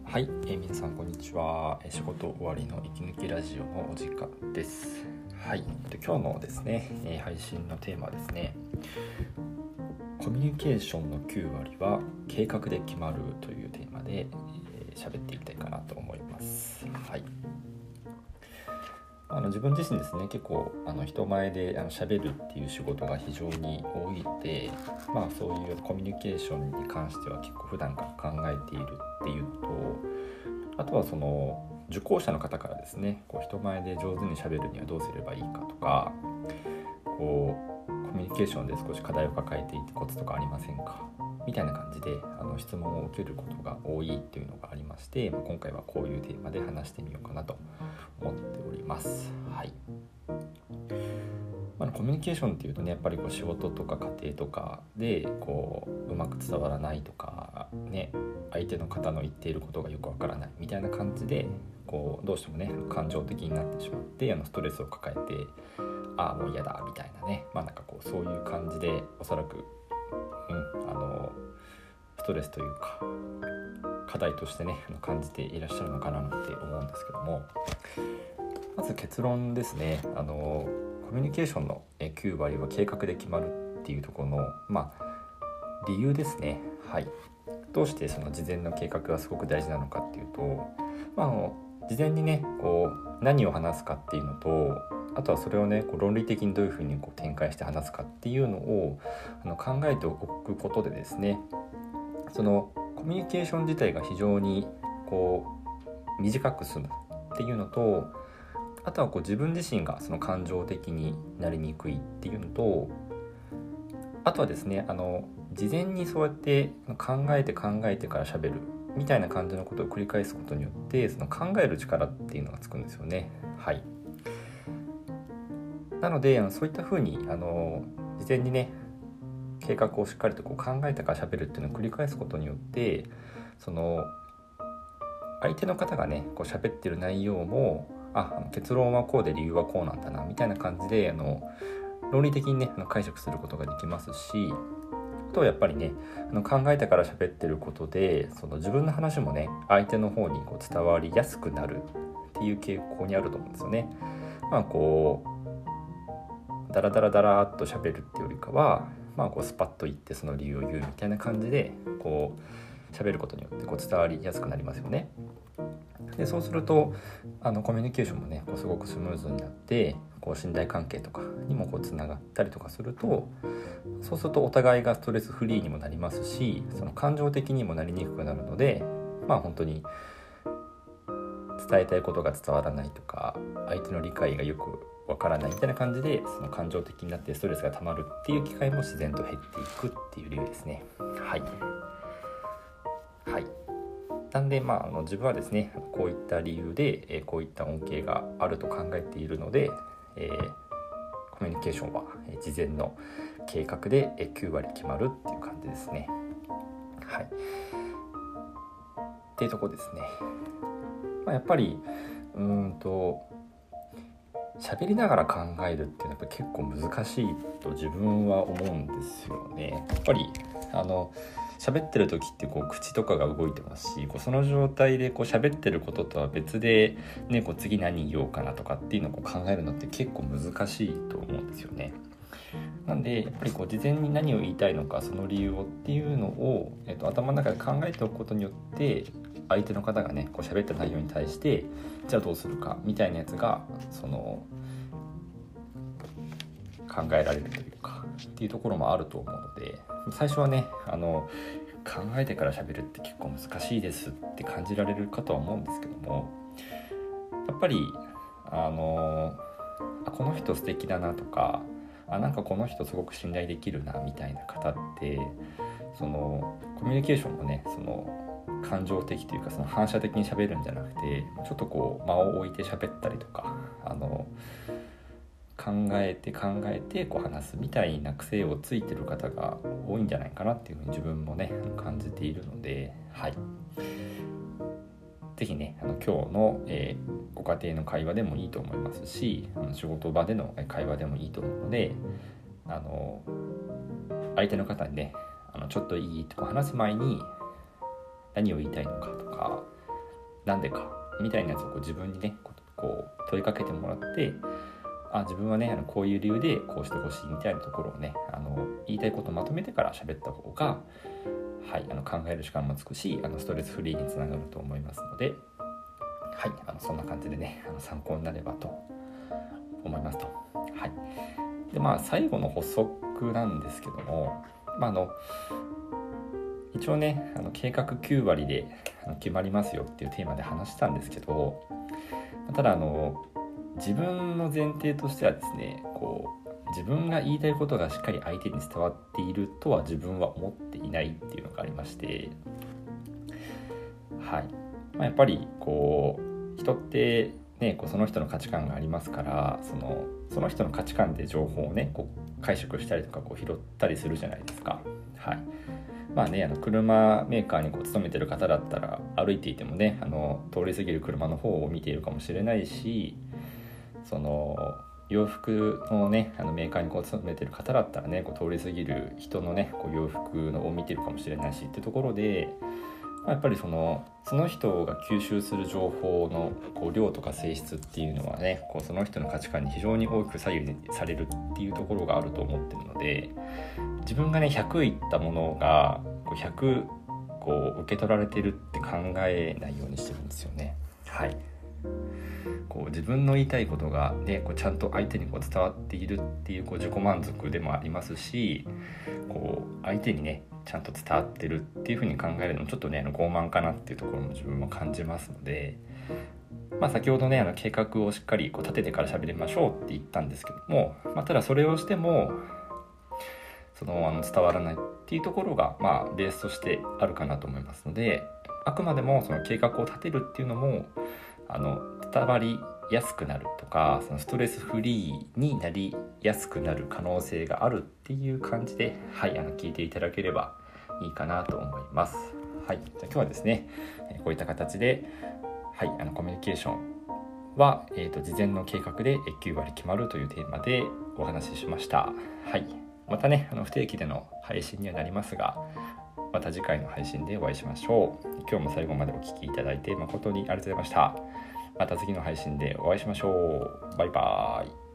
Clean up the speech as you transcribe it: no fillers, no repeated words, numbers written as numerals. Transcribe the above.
はい、皆さんこんにちは。仕事終わりの息抜きラジオのお時間です。はい、今日のですね、配信のテーマはですね、コミュニケーションの9割は計画で決まるというテーマで喋っていきたいかなと思います。はい。自分自身ですね、結構人前で喋るっていう仕事が非常に多いので、そういうコミュニケーションに関しては結構普段から考えているっていうと、あとはその受講者の方からですね、人前で上手に喋るにはどうすればいいかとか、コミュニケーションで少し課題を抱えていてコツとかありませんかみたいな感じで質問を受けることが多いっていうのがありまして、今回はこういうテーマで話してみようかなと思っております。はい。コミュニケーションっていうとね、やっぱり仕事とか家庭とかでうまく伝わらないとかね、相手の方の言っていることがよくわからないみたいな感じでどうしてもね感情的になってしまってストレスを抱えてもう嫌だみたいなね、そういう感じでおそらく、ストレスというか課題としてね感じていらっしゃるのかなって思うんですけども、まず結論ですね、コミュニケーションの9割は計画で決まるっていうところの理由ですね。はい。どうしてその事前の計画がすごく大事なのかっていうと、事前にね何を話すかっていうのと、あとはそれをね論理的にどういうふうに展開して話すかっていうのを考えておくことでですね、そのコミュニケーション自体が非常に短く済むっていうのと、あとは自分自身がその感情的になりにくいっていうのと、あとはですね事前にそうやって考えてから喋るみたいな感じのことを繰り返すことによってその考える力っていうのがつくんですよね。はい。なのでそういった風に事前にね計画をしっかりと考えてから喋るっていうのを繰り返すことによって、その相手の方がね喋ってる内容も結論はこうで理由はこうなんだなみたいな感じで論理的にね解釈することができますし、あとはやっぱりね考えてから喋ってることでその自分の話もね相手の方に伝わりやすくなるっていう傾向にあると思うんですよね。ダラダラダラっと喋るっていうよりかは、スパッと言ってその理由を言うみたいな感じで喋ることによって伝わりやすくなりますよね。でそうするとコミュニケーションもねすごくスムーズになって信頼関係とかにもつながったりとかすると、そうするとお互いがストレスフリーにもなりますし、その感情的にもなりにくくなるので、本当に伝えたいことが伝わらないとか相手の理解がよくわからないみたいな感じでその感情的になってストレスが溜まるっていう機会も自然と減っていくっていう理由ですね。はいはい。なんで自分はですねこういった理由で、こういった恩恵があると考えているので、コミュニケーションは事前の計画で9割決まるっていう感じですね。はい。っていうところですね。やっぱり喋りながら考えるっていうのはやっぱ結構難しいと自分は思うんですよね。やっぱり喋ってる時って口とかが動いてますし、その状態で喋ってることとは別で、ね、次何言おうかなとかっていうのを考えるのって結構難しいと思うんですよね。なんでやっぱり事前に何を言いたいのかその理由をっていうのを、頭の中で考えておくことによって相手の方がね喋った内容に対してじゃあどうするかみたいなやつが考えられるというかっていうところもあると思うので、最初はね考えてから喋るって結構難しいですって感じられるかとは思うんですけども、やっぱりこの人素敵だなとかなんかこの人すごく信頼できるなみたいな方ってそのコミュニケーションもね感情的というか反射的に喋るんじゃなくてちょっと間を置いて喋ったりとか考えて話すみたいな癖をついてる方が多いんじゃないかなっていうふうに自分もね感じているので、はい。ぜひね今日の、ご家庭の会話でもいいと思いますし仕事場での会話でもいいと思うので相手の方にねちょっといいと話す前に何を言いたいのかとかなんでかみたいなやつを自分にね問いかけてもらって、自分はねこういう理由でこうしてほしいみたいなところをね言いたいことをまとめてから喋った方が、考える時間もつくしストレスフリーにつながると思いますので、そんな感じでね参考になればと思いますと。で最後の補足なんですけども、一応ね計画9割で決まりますよっていうテーマで話したんですけど、ただ自分の前提としてはですね自分が言いたいことがしっかり相手に伝わっているとは自分は思っていないっていうのがありまして、やっぱり人ってねその人の価値観がありますから、その人の価値観で情報をね解釈したりとか拾ったりするじゃないですか。車メーカーに勤めてる方だったら歩いていてもね通り過ぎる車の方を見ているかもしれないし、洋服のねメーカーに勤めてる方だったらね通り過ぎる人のね洋服を見てるかもしれないしっていうところで、やっぱりその人が吸収する情報の量とか性質っていうのはねその人の価値観に非常に大きく左右されるっていうところがあると思ってるので、自分がね100言ったものが100受け取られてるって考えないようにしてるんですよね。自分の言いたいことがねちゃんと相手に伝わっているっていう自己満足でもありますし、相手にねちゃんと伝わってるっていう風に考えるのもちょっとね傲慢かなっていうところも自分も感じますので、先ほどね計画をしっかり立ててから喋りましょうって言ったんですけども、ただそれをしても伝わらないっていうところがベースとしてあるかなと思いますので、あくまでもその計画を立てるっていうのも伝わりやすくなるとかストレスフリーになりやすくなる可能性があるっていう感じで、聞いていただければいいかなと思います。じゃあ今日はですねこういった形で、コミュニケーションは、事前の計画で9割決まるというテーマでお話ししました。またね不定期での配信にはなりますが、また次回の配信でお会いしましょう。今日も最後までお聞きいただいて誠にありがとうございました。また次の配信でお会いしましょう。バイバーイ。